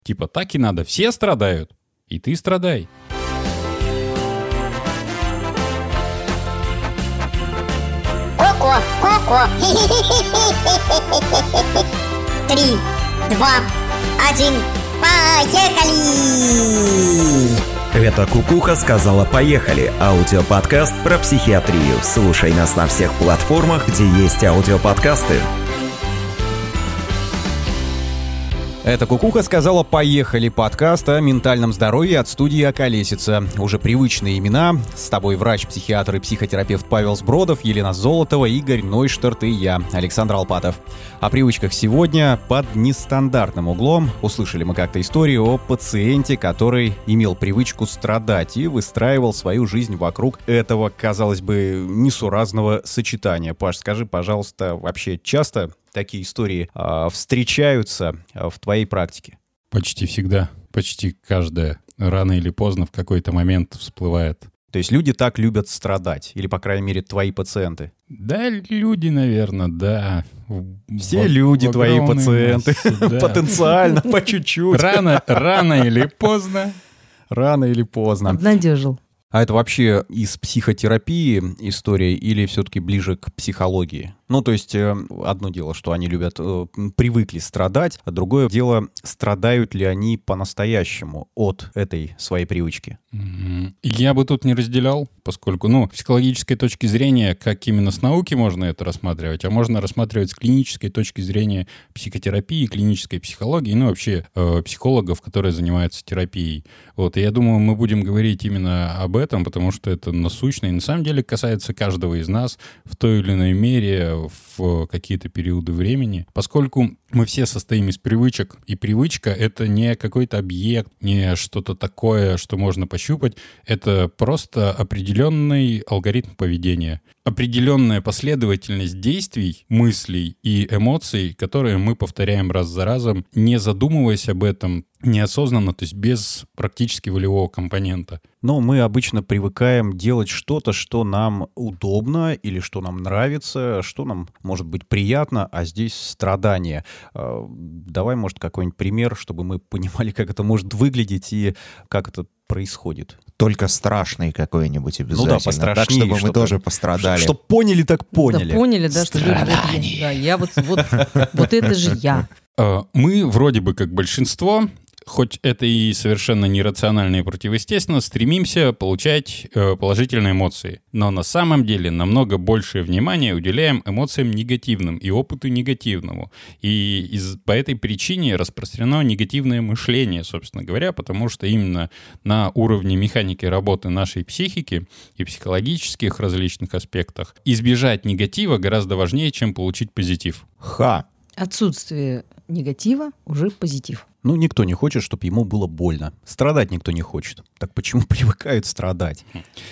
Типа так и надо. Все страдают, и ты страдай. Ко-ко. 3, 2, 1, поехали! Это Кукуха сказала «Поехали» – аудиоподкаст про психиатрию. Слушай нас на всех платформах, где есть аудиоподкасты. Это Кукуха сказала «Поехали» подкаст о ментальном здоровье от студии «Околесица». Уже привычные имена. С тобой врач, психиатр и психотерапевт Павел Сбродов, Елена Золотова, Игорь Нойштарт и я, Александр Алпатов. О привычках сегодня под нестандартным углом. Услышали мы как-то историю о пациенте, который имел привычку страдать и выстраивал свою жизнь вокруг этого, казалось бы, несуразного сочетания. Паш, скажи, пожалуйста, вообще часто такие истории встречаются в твоей практике? Почти всегда, почти каждая. Рано или поздно в какой-то момент всплывает. То есть люди так любят страдать? Или, по крайней мере, твои пациенты? Да, люди, наверное, да. Все люди твои пациенты. Да. Потенциально, по чуть-чуть. Рано или поздно. Рано или поздно. Обнадежил. А это вообще из психотерапии история или все-таки ближе к психологии? Ну, то есть одно дело, что они любят, привыкли страдать, а другое дело, страдают ли они по-настоящему от этой своей привычки? Я бы тут не разделял, поскольку, с психологической точки зрения, как именно с науки можно это рассматривать, а можно рассматривать с клинической точки зрения психотерапии, клинической психологии, вообще психологов, которые занимаются терапией. Вот, и я думаю, мы будем говорить именно об этом, потому что это насущно и на самом деле касается каждого из нас в той или иной мере в какие-то периоды времени, поскольку мы все состоим из привычек, и привычка — это не какой-то объект, не что-то такое, что можно пощупать, это просто определенный алгоритм поведения, определенная последовательность действий, мыслей и эмоций, которые мы повторяем раз за разом, не задумываясь об этом, неосознанно, то есть без практически волевого компонента. Но мы обычно привыкаем делать что-то, что нам удобно или что нам нравится, что нам может быть приятно, а здесь страдание. Давай, может, какой-нибудь пример, чтобы мы понимали, как это может выглядеть и как это происходит. Только страшный какой-нибудь обязательно. Ну да, пострашнее. Так, чтобы мы тоже пострадали. Чтоб поняли, так поняли. Да, поняли, да, что люди... Да, я вот это же я. Мы вроде бы как большинство, хоть это и совершенно нерационально и противоестественно, стремимся получать положительные эмоции. Но на самом деле намного большее внимание уделяем эмоциям негативным и опыту негативному. И по этой причине распространено негативное мышление, собственно говоря, потому что именно на уровне механики работы нашей психики и психологических различных аспектах избежать негатива гораздо важнее, чем получить позитив. Отсутствие негатива уже позитив. Никто не хочет, чтобы ему было больно. Страдать никто не хочет. Так почему привыкают страдать?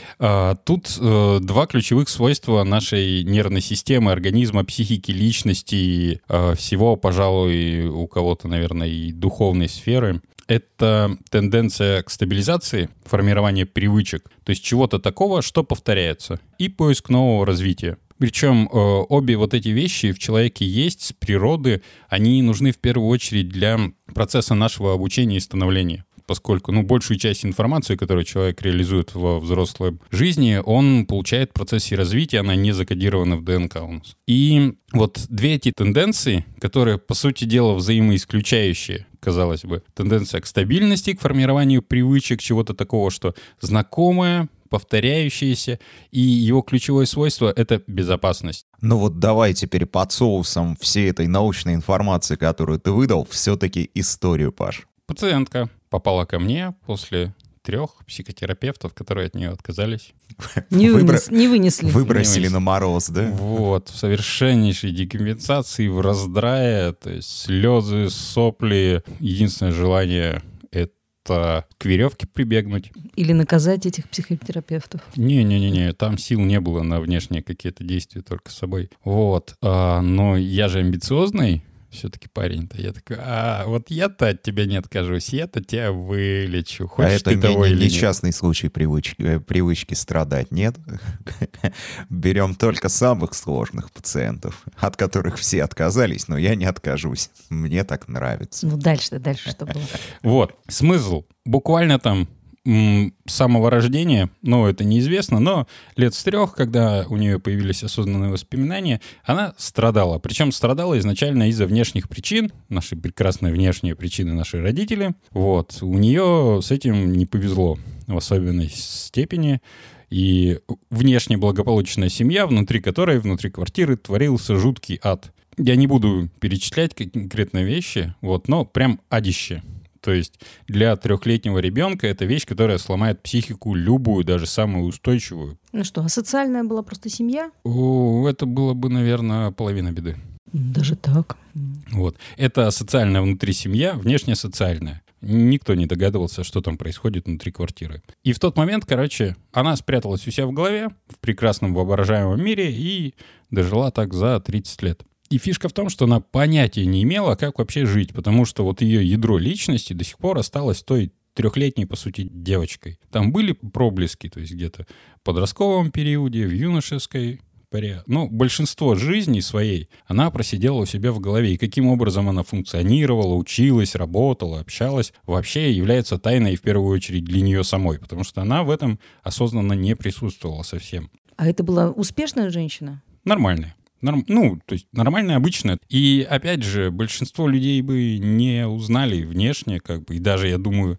Тут два ключевых свойства нашей нервной системы, организма, психики, личности, всего, пожалуй, у кого-то, наверное, и духовной сферы. Это тенденция к стабилизации, формирование привычек, то есть чего-то такого, что повторяется, и поиск нового развития. Причем обе вот эти вещи в человеке есть с природы, они нужны в первую очередь для процесса нашего обучения и становления. Поскольку, большую часть информации, которую человек реализует во взрослой жизни, он получает в процессе развития, она не закодирована в ДНК у нас. И вот две эти тенденции, которые, по сути дела, взаимоисключающие, казалось бы, тенденция к стабильности, к формированию привычек, чего-то такого, что знакомое, повторяющееся, и его ключевое свойство — это безопасность. Давай теперь под соусом всей этой научной информации, которую ты выдал, все-таки историю, Паш. Пациентка попала ко мне после 3 психотерапевтов, которые от нее отказались. Не вынесли. Выбросили на мороз, да? Вот, в совершеннейшей декомпенсации, в раздрае, то есть слезы, сопли. Единственное желание — это к веревке прибегнуть. Или наказать этих психотерапевтов. Не-не-не, там сил не было на внешние какие-то действия, только с собой. Вот. Но я же амбициозный все-таки парень-то. Я такой, вот я-то от тебя не откажусь, я-то тебя вылечу. Хочешь это ты того или не нет? частный случай привычки страдать, нет? Берем только самых сложных пациентов, от которых все отказались, но я не откажусь. Мне так нравится. Ну, дальше что было? Вот, смысл. Буквально там с самого рождения, это неизвестно, но лет с 3, когда у нее появились осознанные воспоминания, она страдала. Причем страдала изначально из-за внешних причин, наши прекрасные внешние причины, наши родители. Вот, у нее с этим не повезло в особенной степени. И внешне благополучная семья, внутри которой, внутри квартиры, творился жуткий ад. Я не буду перечислять конкретные вещи, но прям адище. То есть для 3-летнего ребенка это вещь, которая сломает психику любую, даже самую устойчивую. Ну что, асоциальная была просто семья? Это было бы, наверное, половина беды. Даже так? Вот. Это социальная внутри семья, внешне социальная. Никто не догадывался, что там происходит внутри квартиры. И в тот момент, она спряталась у себя в голове, в прекрасном воображаемом мире, и дожила так за 30 лет. И фишка в том, что она понятия не имела, как вообще жить, потому что ее ядро личности до сих пор осталось той 3-летней, по сути, девочкой. Там были проблески, то есть где-то в подростковом периоде, в юношеской паре. Большинство жизни своей она просидела у себя в голове. И каким образом она функционировала, училась, работала, общалась, вообще является тайной в первую очередь для нее самой, потому что она в этом осознанно не присутствовала совсем. А это была успешная женщина? Нормальная. То есть нормальная, обычная. И, опять же, большинство людей бы не узнали внешне, и даже, я думаю,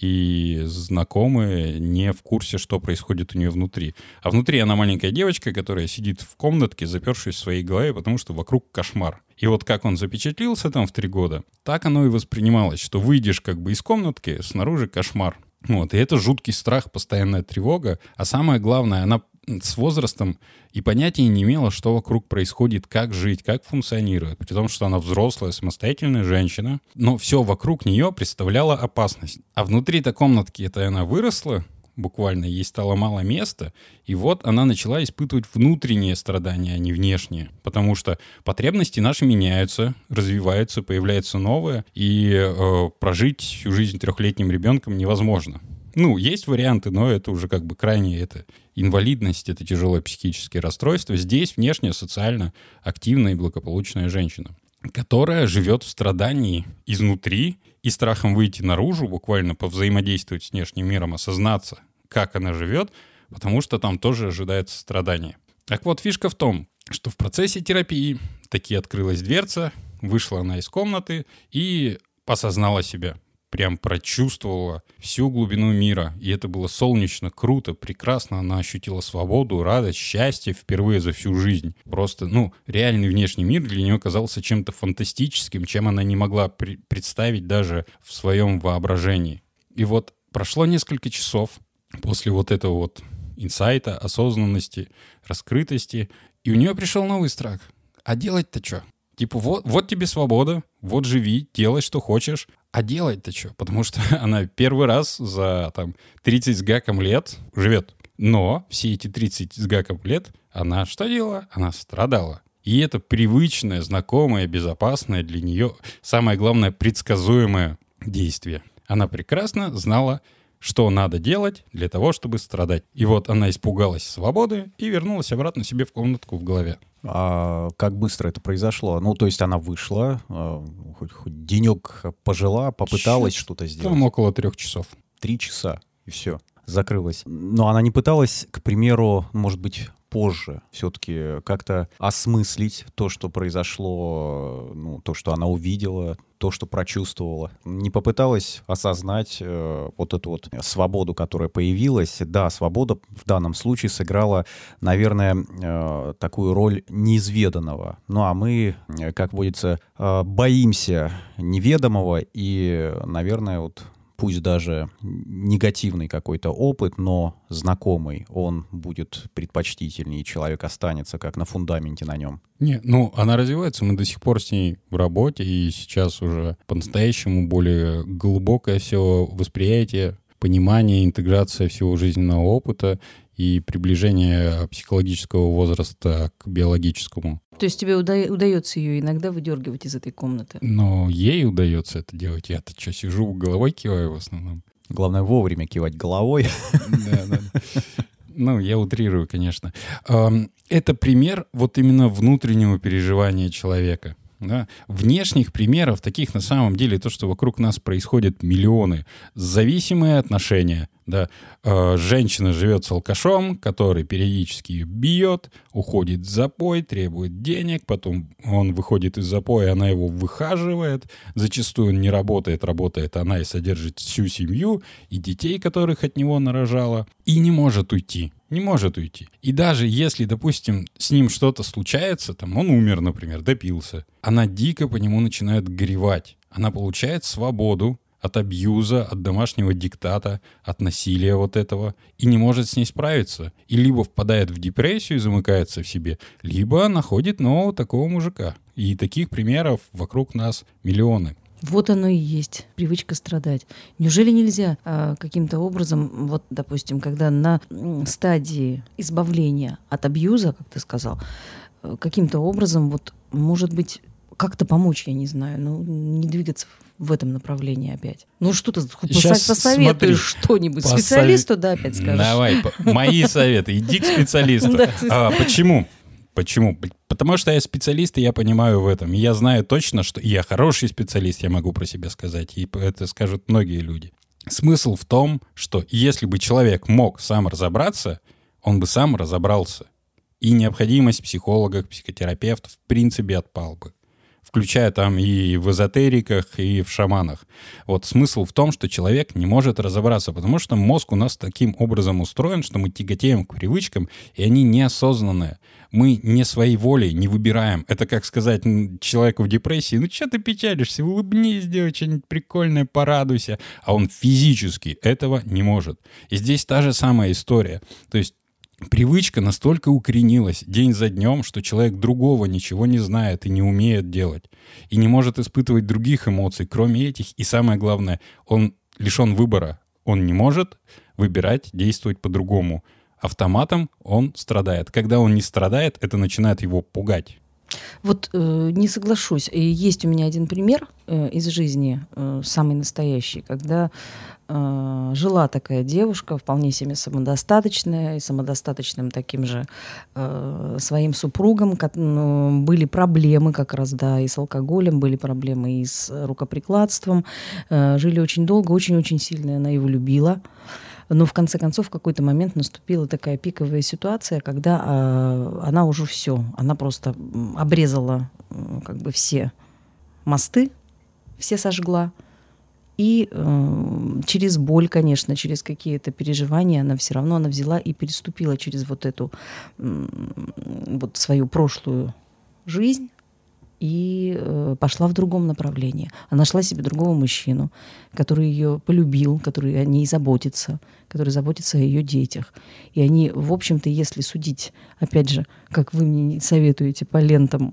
и знакомые не в курсе, что происходит у нее внутри. А внутри она маленькая девочка, которая сидит в комнатке, запершись в своей голове, потому что вокруг кошмар. И вот как он запечатлился там в 3 года, так оно и воспринималось, что выйдешь из комнатки, снаружи кошмар. И это жуткий страх, постоянная тревога. А самое главное, она с возрастом и понятия не имела, что вокруг происходит, как жить, как функционирует. При том, что она взрослая, самостоятельная женщина, но все вокруг нее представляло опасность. А внутри-то комнатки это она выросла, буквально ей стало мало места, и вот она начала испытывать внутренние страдания, а не внешние. Потому что потребности наши меняются, развиваются, появляются новые, и прожить всю жизнь 3-летним ребенком невозможно. Есть варианты, но это уже крайне инвалидность, это тяжелое психическое расстройство. Здесь внешне социально активная и благополучная женщина, которая живет в страдании изнутри и страхом выйти наружу, буквально повзаимодействовать с внешним миром, осознаться, как она живет, потому что там тоже ожидается страдание. Так вот, фишка в том, что в процессе терапии таки открылась дверца, вышла она из комнаты и осознала себя. Прям прочувствовала всю глубину мира. И это было солнечно, круто, прекрасно. Она ощутила свободу, радость, счастье впервые за всю жизнь. Просто, реальный внешний мир для нее казался чем-то фантастическим, чем она не могла представить даже в своем воображении. И вот прошло несколько часов после этого инсайта, осознанности, раскрытости, и у нее пришел новый страх. А делать-то что? Вот тебе свобода, вот живи, делай, что хочешь. А делать-то что? Потому что она первый раз за 30 с гаком лет живет. Но все эти 30 с гаком лет она что делала? Она страдала. И это привычное, знакомое, безопасное для нее, самое главное, предсказуемое действие. Она прекрасно знала, что надо делать для того, чтобы страдать. И вот она испугалась свободы и вернулась обратно себе в комнатку в голове. А как быстро это произошло? То есть она вышла, хоть денек пожила, попыталась что-то сделать. Там около 3 часов. 3 часа, и все, закрылась. Но она не пыталась, к примеру, может быть, позже все-таки как-то осмыслить то, что произошло, то, что она увидела, то, что прочувствовала. Не попыталась осознать эту свободу, которая появилась. Да, свобода в данном случае сыграла, наверное, такую роль неизведанного. А мы, как водится, боимся неведомого и, наверное, пусть даже негативный какой-то опыт, но знакомый, он будет предпочтительнее, человек останется как на фундаменте на нем. Она развивается, мы до сих пор с ней в работе, и сейчас уже по-настоящему более глубокое все восприятие, понимание, интеграция всего жизненного опыта и приближение психологического возраста к биологическому. То есть тебе удается ее иногда выдергивать из этой комнаты? Но ей удается это делать. Я-то что, сижу, головой киваю в основном. Главное вовремя кивать головой. Да. Ну, я утрирую, конечно. Это пример вот именно внутреннего переживания человека. Да? Внешних примеров, таких на самом деле, то, что вокруг нас происходит миллионы. Зависимые отношения. Да? Женщина живет с алкашом, который периодически ее бьет, уходит в запой, требует денег, потом он выходит из запоя, она его выхаживает. Зачастую он не работает, работает она и содержит всю семью, и детей, которых от него нарожала, и не может уйти. Не может уйти. И даже если, допустим, с ним что-то случается, там он умер, например, допился, она дико по нему начинает горевать. Она получает свободу от абьюза, от домашнего диктата, от насилия вот этого, и не может с ней справиться. И либо впадает в депрессию и замыкается в себе, либо находит нового такого мужика. И таких примеров вокруг нас миллионы. Вот оно и есть, привычка страдать. Неужели нельзя каким-то образом, вот, допустим, когда на стадии избавления от абьюза, как ты сказал, каким-то образом, вот, может быть, как-то помочь, я не знаю, ну, не двигаться в этом направлении опять. Ну, что-то посоветуешь что-нибудь. Специалисту, да, опять скажешь. Давай, мои советы, иди к специалисту. Почему? Почему? Потому что я специалист, и я понимаю в этом. И я знаю точно, что я хороший специалист, я могу про себя сказать. И это скажут многие люди. Смысл в том, что если бы человек мог сам разобраться, он бы сам разобрался. И необходимость психологов, психотерапевтов в принципе отпал бы. Включая там и в эзотериках, и в шаманах. Вот смысл в том, что человек не может разобраться, потому что мозг у нас таким образом устроен, что мы тяготеем к привычкам, и они неосознанные. Мы не своей волей не выбираем. Это как сказать человеку в депрессии: ну что ты печалишься, улыбнись, сделай что-нибудь прикольное, порадуйся. А он физически этого не может. И здесь та же самая история. То есть привычка настолько укоренилась день за днем, что человек другого ничего не знает и не умеет делать. И не может испытывать других эмоций, кроме этих. И самое главное, он лишен выбора. Он не может выбирать, действовать по-другому. Автоматом он страдает. Когда он не страдает, это начинает его пугать. Вот не соглашусь. И есть у меня один пример из жизни, самый настоящий, когда жила такая девушка, вполне себе самодостаточная, и самодостаточным таким же своим супругом. Были проблемы как раз, да, и с алкоголем, были проблемы и с рукоприкладством. Жили очень долго, очень-очень сильно она его любила. Но в конце концов в какой-то момент наступила такая пиковая ситуация, когда она уже все, она просто обрезала как бы все мосты, все сожгла. И через боль, конечно, через какие-то переживания она все равно взяла и переступила через вот эту вот свою прошлую жизнь и пошла в другом направлении. Она нашла себе другого мужчину, который ее полюбил, который о ней заботится, который заботится о ее детях. И они, в общем-то, если судить, опять же, как вы мне советуете по лентам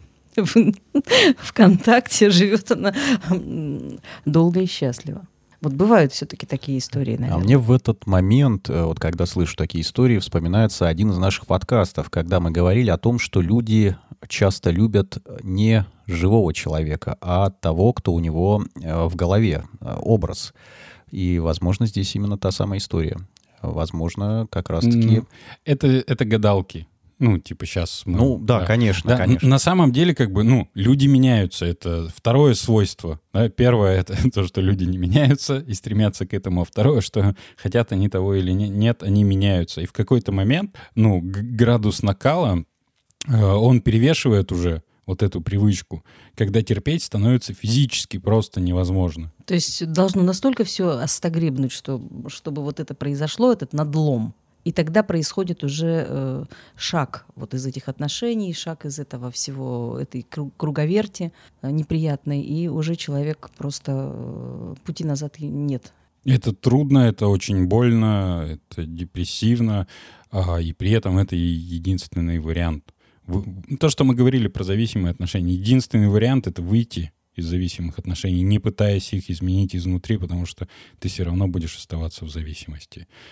ВКонтакте, живет она долго и счастливо. Вот бывают все-таки такие истории, наверное. А мне в этот момент, вот когда слышу такие истории, вспоминается один из наших подкастов, когда мы говорили о том, что люди часто любят не живого человека, а того, кто у него в голове, образ. И, возможно, здесь именно та самая история. Возможно, как раз-таки... Это гадалки. Ну, типа сейчас... Ну, да, конечно, да, конечно. На самом деле, как бы, ну, люди меняются. Это второе свойство. Да? Первое — это то, что люди не меняются и стремятся к этому. А второе, что хотят они того или нет, они меняются. И в какой-то момент, ну, градус накала, он перевешивает уже вот эту привычку, когда терпеть становится физически просто невозможно. То есть должно настолько все остогребнуть, чтобы вот это произошло, этот надлом. И тогда происходит уже шаг вот из этих отношений, шаг из этого всего, этой круговерти неприятной, и уже человек просто пути назад нет. Это трудно, это очень больно, это депрессивно, и при этом это единственный вариант. То, что мы говорили про зависимые отношения, единственный вариант — это выйти из зависимых отношений, не пытаясь их изменить изнутри, потому что ты все равно будешь оставаться в зависимости.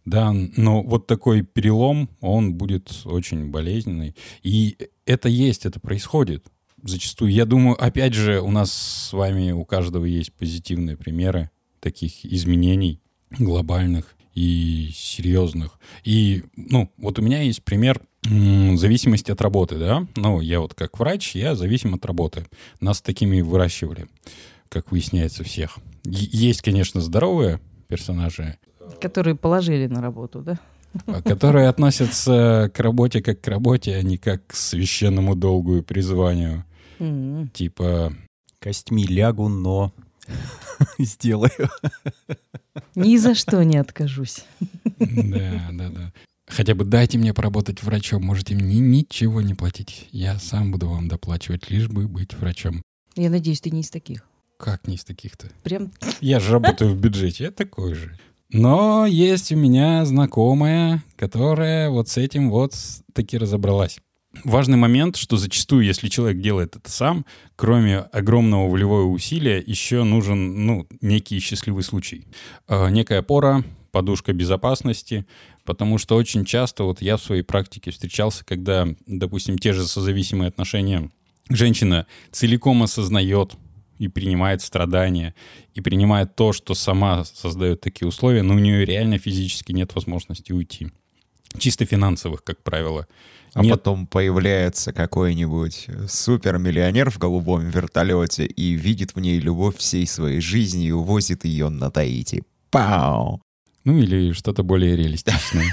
Да, но вот такой перелом, он будет очень болезненный. И это происходит зачастую. Я думаю, опять же, у нас с вами, у каждого есть позитивные примеры таких изменений глобальных и серьезных. И, вот у меня есть пример зависимости от работы, да. Я вот как врач, я зависим от работы. Нас такими выращивали, как выясняется, всех. Есть, конечно, здоровые персонажи, Которые положили на работу, да? которые относятся к работе как к работе, а не как к священному долгу и призванию. Типа... Костьми лягу, но сделаю. Ни за что не откажусь. Да. Хотя бы дайте мне поработать врачом, можете мне ничего не платить. Я сам буду вам доплачивать, лишь бы быть врачом. Я надеюсь, ты не из таких. Как не из таких-то? Прям... Я же работаю в бюджете, я такой же. Но есть у меня знакомая, которая вот с этим вот таки разобралась. Важный момент, что зачастую, если человек делает это сам, кроме огромного волевого усилия, еще нужен, некий счастливый случай. Некая опора, подушка безопасности, потому что очень часто вот я в своей практике встречался, когда, допустим, те же созависимые отношения, женщина целиком осознает и принимает страдания, и принимает то, что сама создает такие условия, но у нее реально физически нет возможности уйти. Чисто финансовых, как правило. А потом появляется какой-нибудь супермиллионер в голубом вертолете и видит в ней любовь всей своей жизни и увозит ее на Таити. Пау! Или что-то более реалистичное.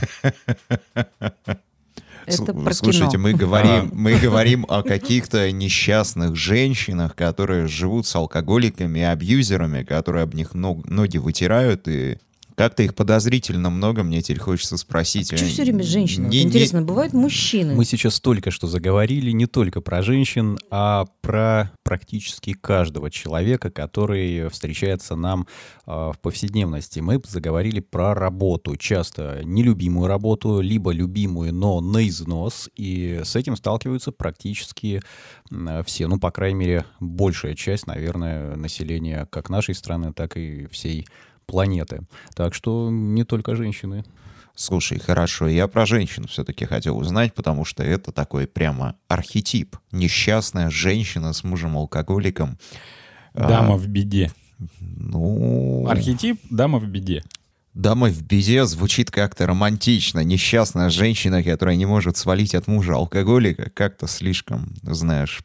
Это про Слушайте, кино. мы говорим о каких-то несчастных женщинах, которые живут с алкоголиками и абьюзерами, которые об них ноги вытирают, и как-то их подозрительно много, мне теперь хочется спросить. Что все время женщины? Интересно, бывают мужчины? Мы сейчас только что заговорили не только про женщин, а про практически каждого человека, который встречается нам в повседневности. Мы заговорили про работу, часто нелюбимую работу, либо любимую, но на износ, и с этим сталкиваются практически все, по крайней мере, большая часть, наверное, населения как нашей страны, так и всей планеты. Так что не только женщины. Слушай, хорошо, я про женщин все-таки хотел узнать, потому что это такой прямо архетип. Несчастная женщина с мужем-алкоголиком. Дама в беде. Архетип «Дама в беде». Дама в беде звучит как-то романтично. Несчастная женщина, которая не может свалить от мужа-алкоголика, как-то слишком, знаешь,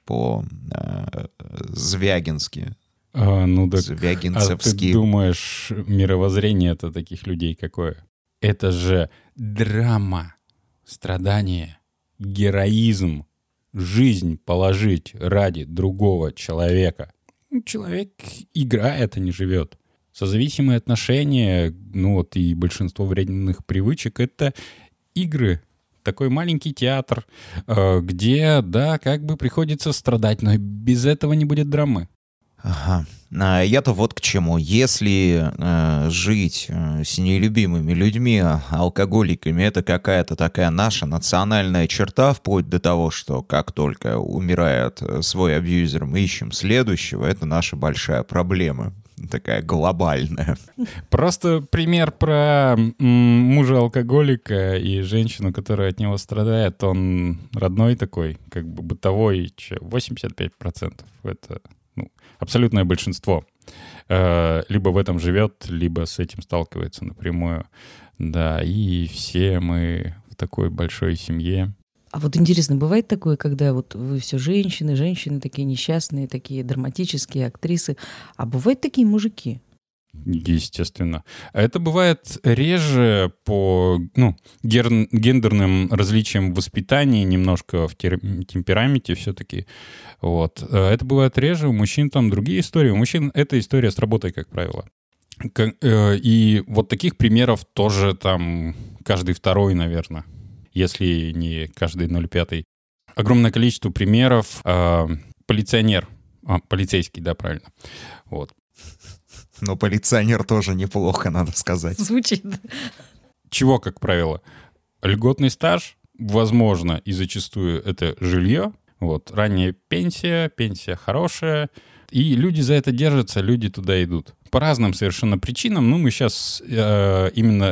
по-звягински. Звягинцевски. А ты думаешь, мировоззрение это таких людей какое? Это же драма, страдание, героизм, жизнь положить ради другого человека. Человек играет, а не живет. Созависимые отношения, и большинство вредных привычек — это игры. Такой маленький театр, где, приходится страдать, но без этого не будет драмы. Ага. Я-то вот к чему. Если жить с нелюбимыми людьми, алкоголиками, это какая-то такая наша национальная черта, вплоть до того, что как только умирает свой абьюзер, мы ищем следующего, это наша большая проблема. Такая глобальная. Просто пример про мужа-алкоголика и женщину, которая от него страдает, он родной такой, как бы бытовой, 85%. Это абсолютное большинство. Либо в этом живет, либо с этим сталкивается напрямую. Да, и все мы в такой большой семье. А вот интересно, бывает такое, когда вот вы все женщины такие несчастные, такие драматические актрисы, а бывают такие мужики? Естественно. Это бывает реже по гендерным различиям в воспитании, немножко в темпераменте все-таки. Вот. Это бывает реже. У мужчин там другие истории. У мужчин это история с работой, как правило. И вот таких примеров тоже там каждый второй, наверное, если не каждый 0,5. Огромное количество примеров. Полицейский, да, правильно. Вот. Но полиционер тоже неплохо, надо сказать. Звучит. Чего, как правило? Льготный стаж, возможно, и зачастую это жилье. Вот. Ранняя пенсия хорошая, И люди за это держатся, люди туда идут. По разным совершенно причинам. Мы сейчас именно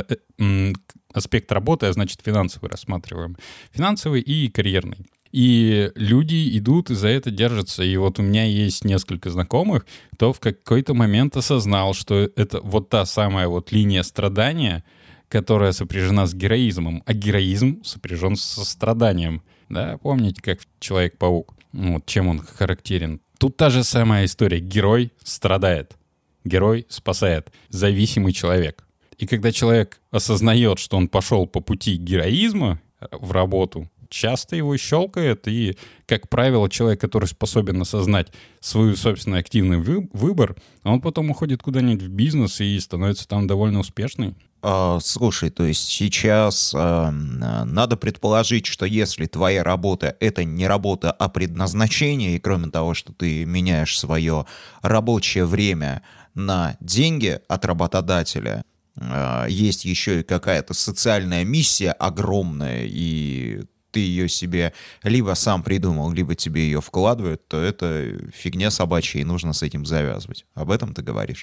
аспект работы, а значит финансовый рассматриваем. Финансовый и карьерный. И люди идут и за это держатся. И вот у меня есть несколько знакомых, кто в какой-то момент осознал, что это вот та самая вот линия страдания, которая сопряжена с героизмом, а героизм сопряжен со страданием. Да, помните, как Человек-паук? Вот, чем он характерен. Тут та же самая история. Герой страдает. Герой спасает. Зависимый человек. И когда человек осознает, что он пошел по пути героизма в работу, часто его щелкает, и, как правило, человек, который способен осознать свой собственный активный выбор, он потом уходит куда-нибудь в бизнес и становится там довольно успешный. Слушай, то есть сейчас надо предположить, что если твоя работа — это не работа, а предназначение, и кроме того, что ты меняешь свое рабочее время на деньги от работодателя, есть еще и какая-то социальная миссия огромная, и ты ее себе либо сам придумал, либо тебе ее вкладывают, то это фигня собачья, и нужно с этим завязывать. Об этом ты говоришь?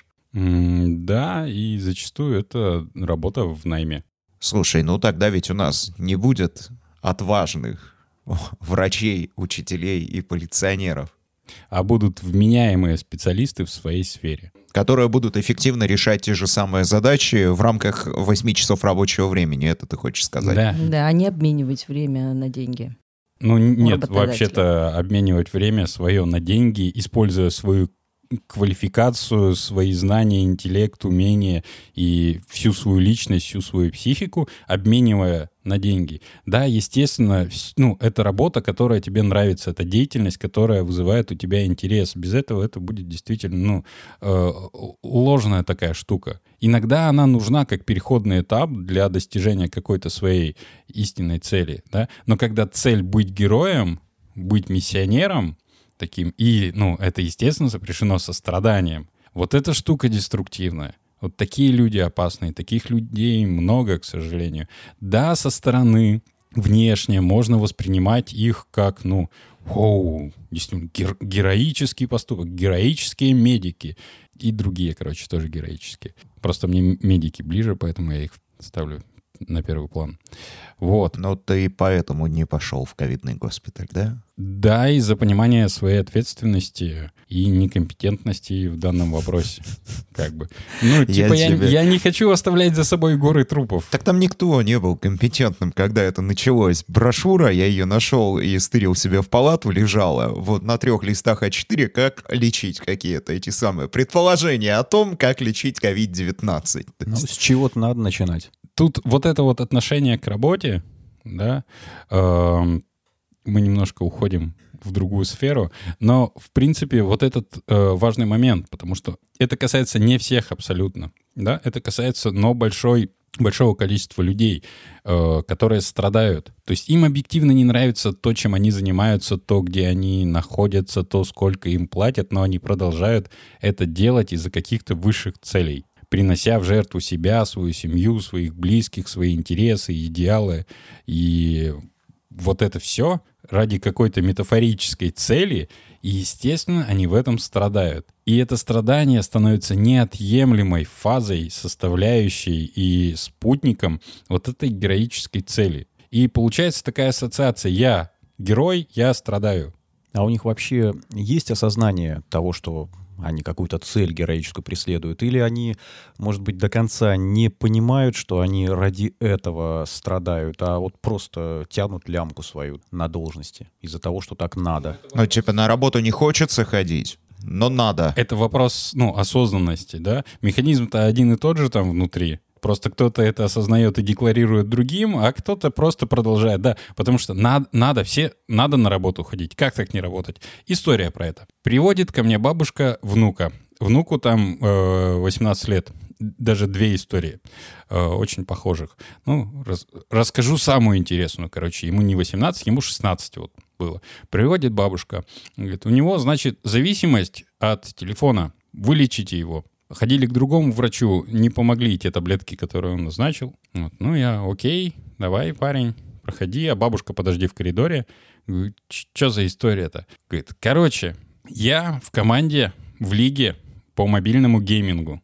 Да, и зачастую это работа в найме. Слушай, тогда ведь у нас не будет отважных врачей, учителей и полиционеров. А будут вменяемые специалисты в своей сфере. Которые будут эффективно решать те же самые задачи в рамках 8 часов рабочего времени, это ты хочешь сказать? Да, а не обменивать время на деньги. Нет, вообще-то обменивать время свое на деньги, используя свою квалификацию, свои знания, интеллект, умения и всю свою личность, всю свою психику, обменивая на деньги. Да, естественно, это работа, которая тебе нравится, это деятельность, которая вызывает у тебя интерес. Без этого это будет действительно, ложная такая штука. Иногда она нужна как переходный этап для достижения какой-то своей истинной цели, да? Но когда цель быть героем, быть миссионером, таким, и, это, естественно, сопряжено со страданием. Вот эта штука деструктивная. Вот такие люди опасные, таких людей много, к сожалению. Да, со стороны, внешне, можно воспринимать их как, действительно, героический поступок, героические медики и другие, тоже героические. Просто мне медики ближе, поэтому я их ставлю на первый план. Вот. Но ты поэтому не пошел в ковидный госпиталь, да? Да, из-за понимания своей ответственности и некомпетентности в данном вопросе. Я не хочу оставлять за собой горы трупов. Так там никто не был компетентным, когда это началось. Брошюра, я ее нашел и стырил себе в палату, лежала. Вот на 3 листах А4, как лечить какие-то эти самые предположения о том, как лечить COVID-19. С чего-то надо начинать. Тут вот это вот отношение к работе, да, мы немножко уходим в другую сферу, но, в принципе, вот этот важный момент, потому что это касается не всех абсолютно, да, это касается, большого количества людей, которые страдают. То есть им объективно не нравится то, чем они занимаются, то, где они находятся, то, сколько им платят, но они продолжают это делать из-за каких-то высших целей, принося в жертву себя, свою семью, своих близких, свои интересы, идеалы. И вот это все ради какой-то метафорической цели, и, естественно, они в этом страдают. И это страдание становится неотъемлемой фазой, составляющей и спутником вот этой героической цели. И получается такая ассоциация: я герой, я страдаю. А у них вообще есть осознание того, что они какую-то цель героическую преследуют? Или они, может быть, до конца не понимают, что они ради этого страдают, а вот просто тянут лямку свою на должности из-за того, что так надо? На работу не хочется ходить, но надо. Это вопрос, осознанности, да? Механизм-то один и тот же там внутри. Просто кто-то это осознает и декларирует другим, а кто-то просто продолжает. Да, потому что надо на работу ходить. Как так не работать? История про это. Приводит ко мне бабушка внука. Внуку там 18 лет. Даже 2 истории очень похожих. Расскажу самую интересную. Ему не 18, ему 16 вот было. Приводит бабушка. Говорит, у него, зависимость от телефона. Вылечите его. Ходили к другому врачу, не помогли те таблетки, которые он назначил. Я, окей, давай, парень, проходи, а бабушка подожди в коридоре. Говорит, что за история-то? Говорит, я в команде в лиге по мобильному геймингу.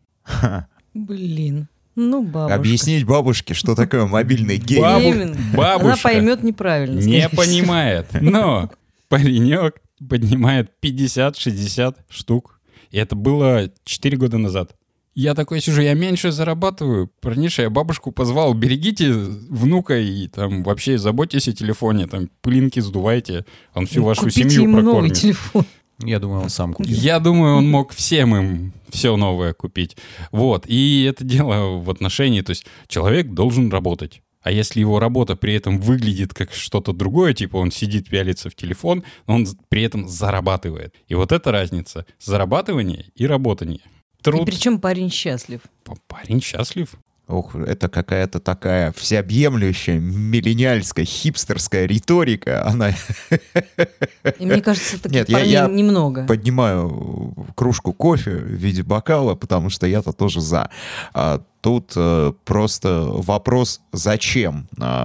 Блин. Ну, бабушка. Объяснить бабушке, что такое мобильный гейминг. Она Бабушка поймет неправильно. не скорее всего. понимает, но паренек поднимает 50-60 штук. И это было 4 года назад. Я такой сижу, я меньше зарабатываю. Парниша, я бабушку позвал, берегите внука и там вообще заботьтесь о телефоне, там пылинки сдувайте, он всю вашу Купите семью ему новый прокормит. телефон. Я думаю, он сам купил. Я думаю, он мог всем им все новое купить. Вот. И это дело в отношении, то есть человек должен работать. А если его работа при этом выглядит как что-то другое, типа он сидит, пялится в телефон, но он при этом зарабатывает. И вот это разница. Зарабатывание и работание. И Труд. причем парень счастлив. Парень счастлив. Ох, это какая-то такая всеобъемлющая, миллениальская, хипстерская риторика. Она И мне кажется, таких Нет, парней я немного. поднимаю кружку кофе в виде бокала, потому что я-то тоже за. Тут просто вопрос, зачем?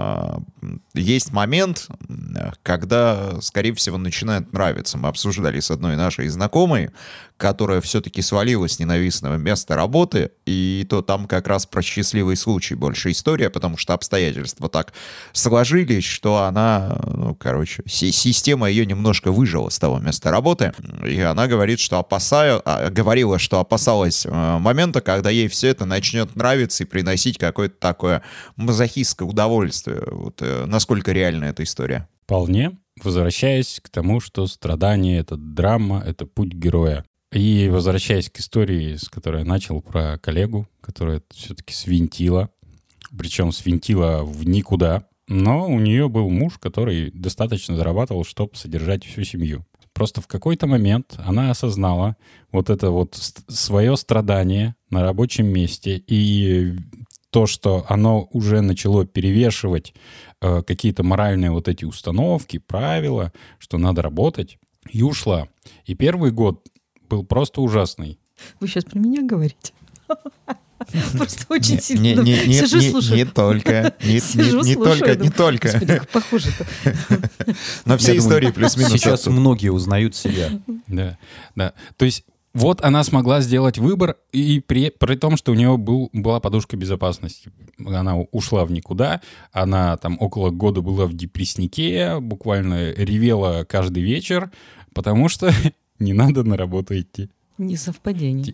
Есть момент, когда, скорее всего, начинает нравиться. Мы обсуждали с одной нашей знакомой, которая все-таки свалилась с ненавистного места работы, и то там как раз про счастливый случай больше история, потому что обстоятельства так сложились, что она, система ее немножко выжила с того места работы, и она говорит, что говорила, что опасалась момента, когда ей все это начнет нравиться и приносить какое-то такое мазохистское удовольствие. Вот насколько реальна эта история? Вполне. Возвращаясь к тому, что страдание — это драма, это путь героя. И возвращаясь к истории, с которой я начал, про коллегу, которая все-таки свинтила. Причем свинтила в никуда. Но у нее был муж, который достаточно зарабатывал, чтобы содержать всю семью. Просто в какой-то момент она осознала вот это вот свое страдание на рабочем месте и то, что оно уже начало перевешивать какие-то моральные вот эти установки, правила, что надо работать, и ушла. И первый год был просто ужасный. Вы сейчас про меня говорите? Просто очень сильно Нет, сижу, слушаю. не только. Сижу, Не слушаю, только. Господи, как похоже-то. Но все Я думаю, истории плюс-минус. Сейчас оттуда. многие узнают себя. Да, да. То есть вот она смогла сделать выбор, и при том, что у нее была подушка безопасности. Она ушла в никуда, она там около года была в депресснике, буквально ревела каждый вечер, потому что не надо на работу идти. Не совпадение.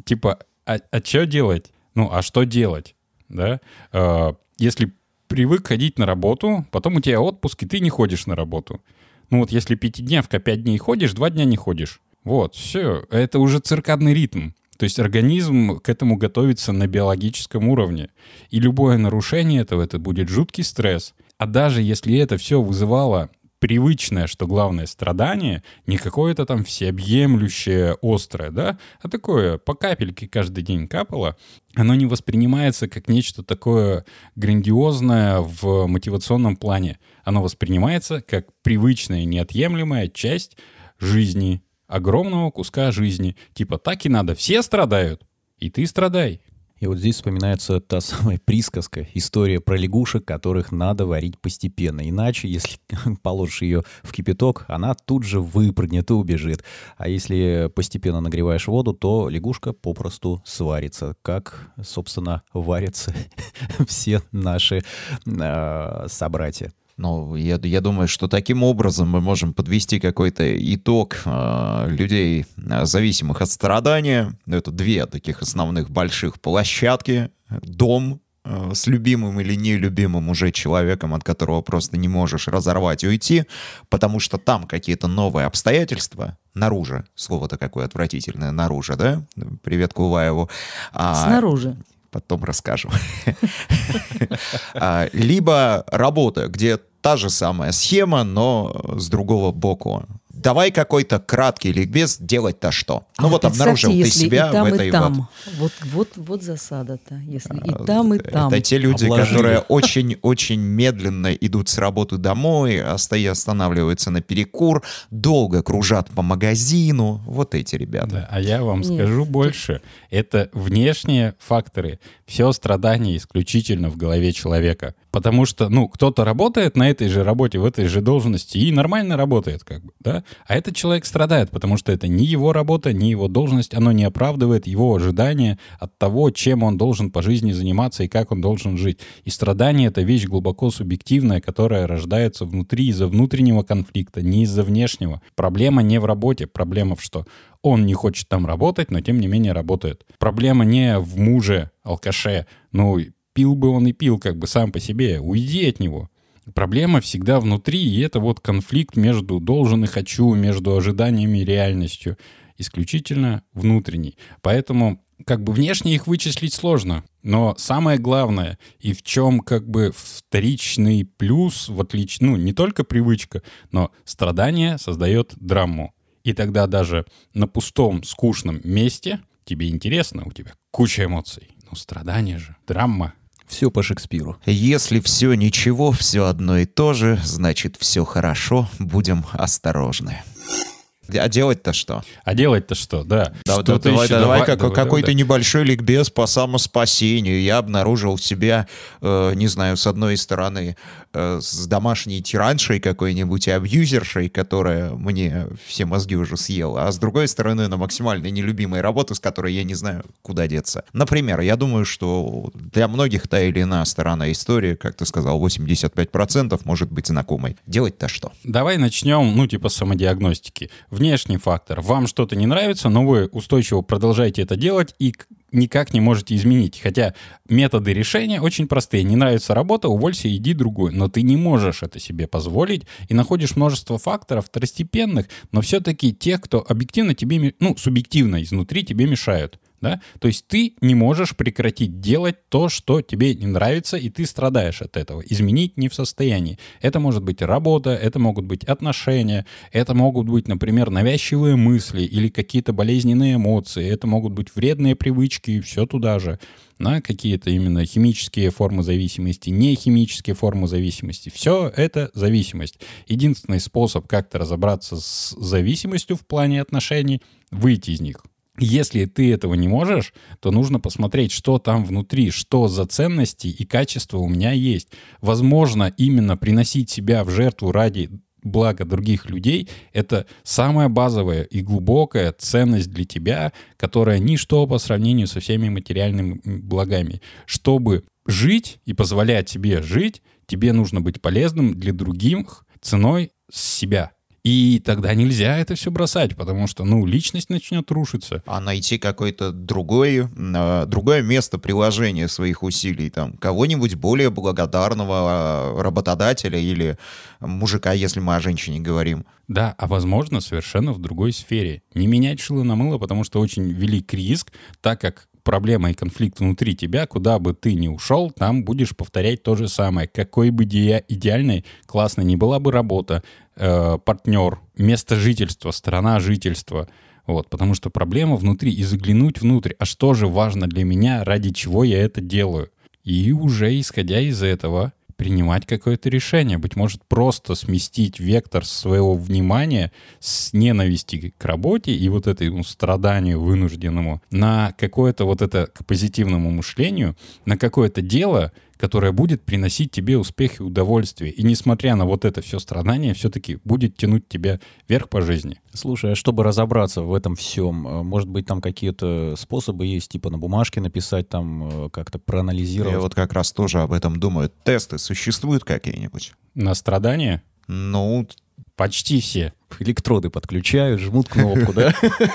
А что делать? Ну, а что делать? Да? Если привык ходить на работу, потом у тебя отпуск, и ты не ходишь на работу. Ну вот если 5-дневка, 5 дней ходишь, 2 дня не ходишь. Вот, все. Это уже циркадный ритм. То есть организм к этому готовится на биологическом уровне. И любое нарушение этого, это будет жуткий стресс. А даже если это все вызывало привычное, что главное, страдание, не какое-то там всеобъемлющее, острое, да, а такое по капельке каждый день капало, оно не воспринимается как нечто такое грандиозное в мотивационном плане. Оно воспринимается как привычная, неотъемлемая часть жизни, огромного куска жизни. Типа так и надо, все страдают, и ты страдай. И вот здесь вспоминается та самая присказка, история про лягушек, которых надо варить постепенно. Иначе, если положишь ее в кипяток, она тут же выпрыгнет и убежит. А если постепенно нагреваешь воду, то лягушка попросту сварится, как, собственно, варятся все наши собратья. Ну, я думаю, что таким образом мы можем подвести какой-то итог людей, зависимых от страдания. Это 2 таких основных больших площадки. Дом с любимым или нелюбимым уже человеком, от которого просто не можешь разорвать и уйти, потому что там какие-то новые обстоятельства. Наружу. Слово-то какое отвратительное. Наружу, да? Привет Куваеву. Снаружи. Потом расскажем. Либо работа, где та же самая схема, но с другого боку. Давай какой-то краткий ликбез, делать-то что? Ну вот обнаружил ты себя в этой и там. Вот засада-то. Если и там, и там. Это те люди, Обложили. которые очень-очень медленно идут с работы домой, останавливаются на перекур, долго кружат по магазину. Вот эти ребята. Да, а я вам Нет. скажу больше. Это внешние факторы. Все страдание исключительно в голове человека. Потому что, кто-то работает на этой же работе, в этой же должности и нормально работает, как бы, да? А этот человек страдает, потому что это не его работа, не его должность, оно не оправдывает его ожидания от того, чем он должен по жизни заниматься и как он должен жить. И страдание — это вещь глубоко субъективная, которая рождается внутри из-за внутреннего конфликта, не из-за внешнего. Проблема не в работе, проблема в что? Он не хочет там работать, но тем не менее работает. Проблема не в муже, алкаше. Ну, пил бы он и пил как бы сам по себе. Уйди от него. Проблема всегда внутри, и это вот конфликт между должен и хочу, между ожиданиями и реальностью. Исключительно внутренний. Поэтому как бы внешне их вычислить сложно. Но самое главное, и в чем как бы вторичный плюс, в отличие, ну, не только привычка, но страдание создает драму. И тогда даже на пустом, скучном месте тебе интересно, у тебя куча эмоций. Ну, страдание же, драма. Все по Шекспиру. Если все ничего, все одно и то же, значит, все хорошо, будем осторожны. А делать-то что? А делать-то что, да. Давай какой-то небольшой ликбез по самоспасению. Я обнаружил себя, не знаю, с одной стороны, с домашней тираншей какой-нибудь и абьюзершей, которая мне все мозги уже съела, а с другой стороны, на максимально нелюбимой работе, с которой я не знаю, куда деться. Например, я думаю, что для многих та или иная сторона истории, как ты сказал, 85% может быть знакомой. Делать-то что? Давай начнем, ну, типа самодиагностики. Внешний фактор. Вам что-то не нравится, но вы устойчиво продолжаете это делать и никак не можете изменить. Хотя методы решения очень простые. Не нравится работа, уволься, иди другой. Но ты не можешь это себе позволить и находишь множество факторов второстепенных, но все-таки тех, кто объективно тебе, ну, субъективно изнутри тебе мешают. Да? То есть ты не можешь прекратить делать то, что тебе не нравится, и ты страдаешь от этого. Изменить не в состоянии. Это может быть работа, это могут быть отношения, это могут быть, например, навязчивые мысли или какие-то болезненные эмоции, это могут быть вредные привычки, и все туда же. На какие-то именно химические формы зависимости, не химические формы зависимости. Все это зависимость. Единственный способ как-то разобраться с зависимостью в плане отношений — выйти из них. Если ты этого не можешь, то нужно посмотреть, что там внутри, что за ценности и качества у меня есть. Возможно, именно приносить себя в жертву ради блага других людей — это самая базовая и глубокая ценность для тебя, которая ничто по сравнению со всеми материальными благами. Чтобы жить и позволять себе жить, тебе нужно быть полезным для других ценой себя. И тогда нельзя это все бросать, потому что, ну, личность начнет рушиться. А найти какое-то другое место приложения своих усилий, там, кого-нибудь более благодарного работодателя или мужика, если мы о женщине говорим. Да, а возможно, совершенно в другой сфере. Не менять шило на мыло, потому что очень велик риск, так как проблема и конфликт внутри тебя, куда бы ты ни ушел, там будешь повторять то же самое. Какой бы идеальной, классной ни была бы работа, партнер, место жительства, страна жительства. Вот, потому что проблема внутри, и заглянуть внутрь. А что же важно для меня, ради чего я это делаю? И уже исходя из этого принимать какое-то решение. Быть может, просто сместить вектор своего внимания с ненависти к работе и вот этому страданию вынужденному на какое-то вот это к позитивному мышлению, на какое-то дело, которое будет приносить тебе успех и удовольствие. И несмотря на вот это все страдание, все-таки будет тянуть тебя вверх по жизни. Слушай, а чтобы разобраться в этом всем, может быть, там какие-то способы есть, типа на бумажке написать, там как-то проанализировать? Я вот как раз тоже об этом думаю. Тесты существуют какие-нибудь? На страдания? Ну, почти все. Электроды подключают, жмут кнопку, да?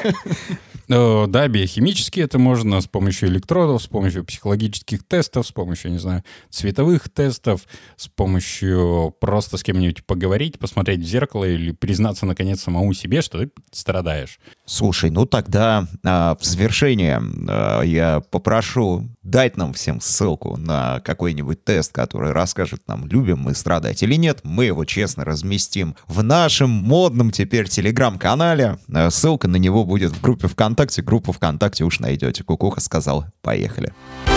Да, биохимически это можно с помощью электродов, с помощью психологических тестов, с помощью, не знаю, цветовых тестов, с помощью просто с кем-нибудь поговорить, посмотреть в зеркало или признаться, наконец, самому себе, что ты страдаешь. Слушай, ну тогда в завершение я попрошу дать нам всем ссылку на какой-нибудь тест, который расскажет нам, любим мы страдать или нет. Мы его честно разместим в нашем модном теперь телеграм-канале. Ссылка на него будет в группе ВКонтакте. Группу ВКонтакте уж найдете. Кукуха сказал. Поехали.